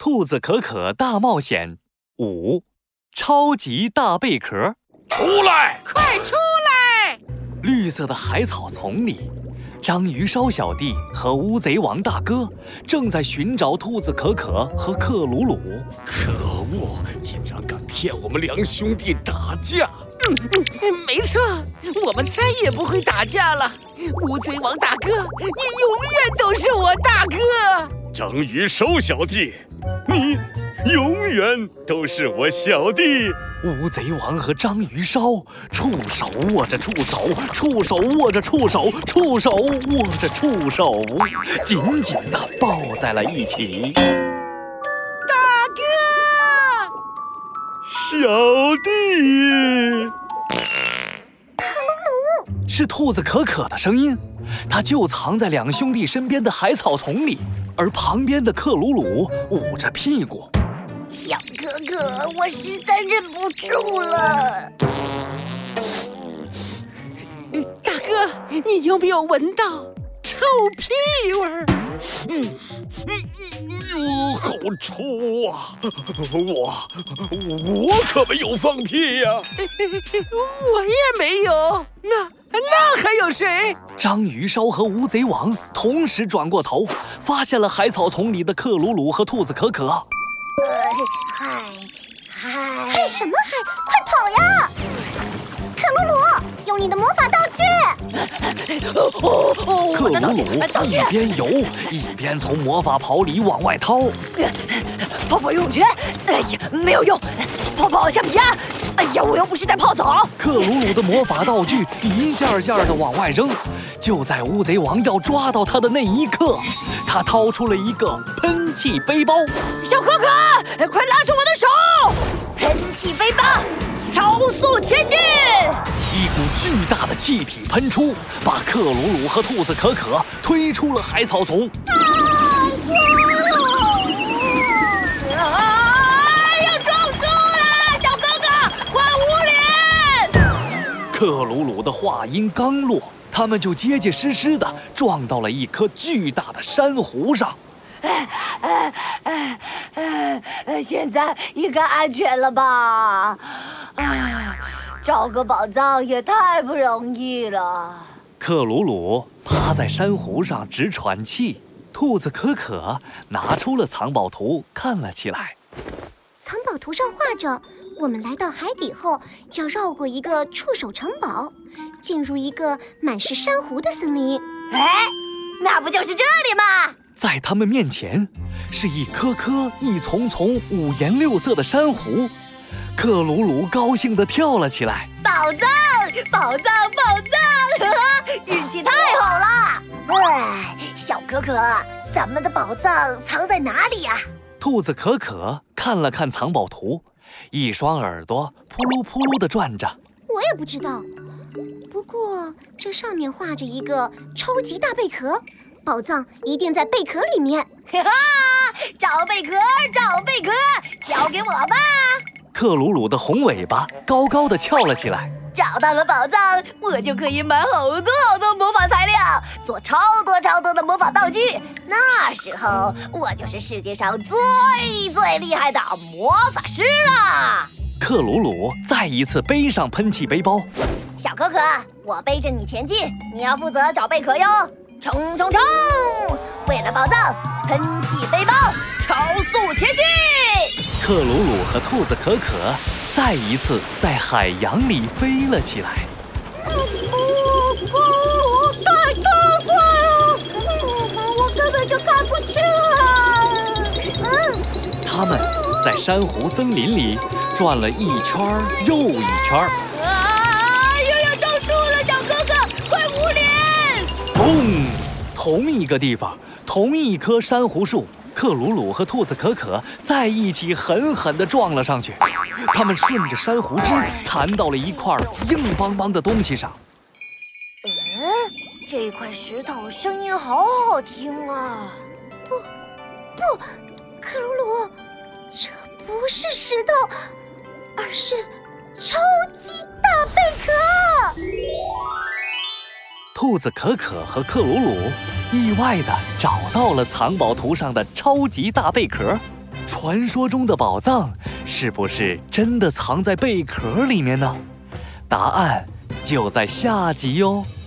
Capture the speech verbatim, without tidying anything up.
兔子可可大冒险五，超级大贝壳。 出来！ 快出来！ 绿色的海草丛里，章鱼烧小弟和乌贼王大哥正在寻找兔子可可和克鲁鲁。 可恶，竟然敢骗我们两兄弟打架！ 嗯嗯，没错，我们再也不会打架了。乌贼王大哥，你永远都是我大哥。 章鱼烧小弟，你永远都是我小弟。 乌贼王和章鱼烧触手握着触手，触手握着触手，触手握着触手，紧紧地抱在了一起。 大哥， 小弟， 克鲁鲁， 是兔子可可的声音，他就藏在两兄弟身边的海草丛里，而旁边的克鲁鲁捂着屁股。 小哥哥，我实在忍不住了。 大哥，你有没有闻到臭屁味儿？ 嗯，哟，好臭啊！我我可没有放屁呀、啊！ 我也没有。那那还有谁？ 章鱼烧和乌贼王同时转过头，发现了海草丛里的克鲁鲁和兔子可可。 呃，嗨，嗨， 嗨什么嗨？快跑呀！克鲁鲁，用你的魔法道具！ 克鲁鲁一边游一边从魔法袍里往外掏。 泡泡游泳圈，哎呀，没有用。泡泡橡皮鸭，哎呀，我又不是在泡澡。 克鲁鲁的魔法道具一件件的往外扔，就在乌贼王要抓到他的那一刻，他掏出了一个喷气背包。 小可可，快拉住我的手！喷气背包，超速前进！ 一股巨大的气体喷出，把克鲁鲁和兔子可可推出了海草丛。克鲁鲁的话音刚落，他们就结结实实地撞到了一颗巨大的珊瑚上。 哎哎哎哎！现在应该安全了吧？哎，找个宝藏也太不容易了。 克鲁鲁趴在珊瑚上直喘气，兔子可可拿出了藏宝图看了起来。 藏宝图上画着，我们来到海底后，要绕过一个触手城堡，进入一个满是珊瑚的森林。 哎，那不就是这里吗？ 在他们面前，是一颗颗、一丛丛五颜六色的珊瑚。克鲁鲁高兴地跳了起来。 宝藏，宝藏，宝藏！运气太好了！ 哎，小可可，咱们的宝藏藏在哪里呀？ 兔子可可看了看藏宝图，一双耳朵扑噜扑噜地转着。 我也不知道，不过这上面画着一个超级大贝壳，宝藏一定在贝壳里面。 哈哈，找贝壳，找贝壳，交给我吧！ 克鲁鲁的红尾巴高高地翘了起来。 找到了宝藏，我就可以买好多好多魔法材料，做超多超多的魔法道具。那时候，我就是世界上最最厉害的魔法师了。 克鲁鲁再一次背上喷气背包。 小可可，我背着你前进，你要负责找贝壳哟！冲冲冲！为了宝藏，喷气背包，超速前进！ 克鲁鲁和兔子可可再一次在海洋里飞了起来。 哦，哦，太太快了！我根本就看不清啊！嗯， 他们在珊瑚森林里转了一圈又一圈。 啊！又要中树了，小哥哥，快捂脸！ 砰！同一个地方，同一棵珊瑚树，克鲁鲁和兔子可可在一起狠狠地撞了上去。他们顺着珊瑚枝弹到了一块硬邦邦的东西上。 嗯，这块石头声音好好听啊！ 不，不，克鲁鲁，这不是石头，而是超级大贝壳。 兔子可可和克鲁鲁意外地找到了藏宝图上的超级大贝壳。 传说中的宝藏是不是真的藏在贝壳里面呢？答案就在下集哟。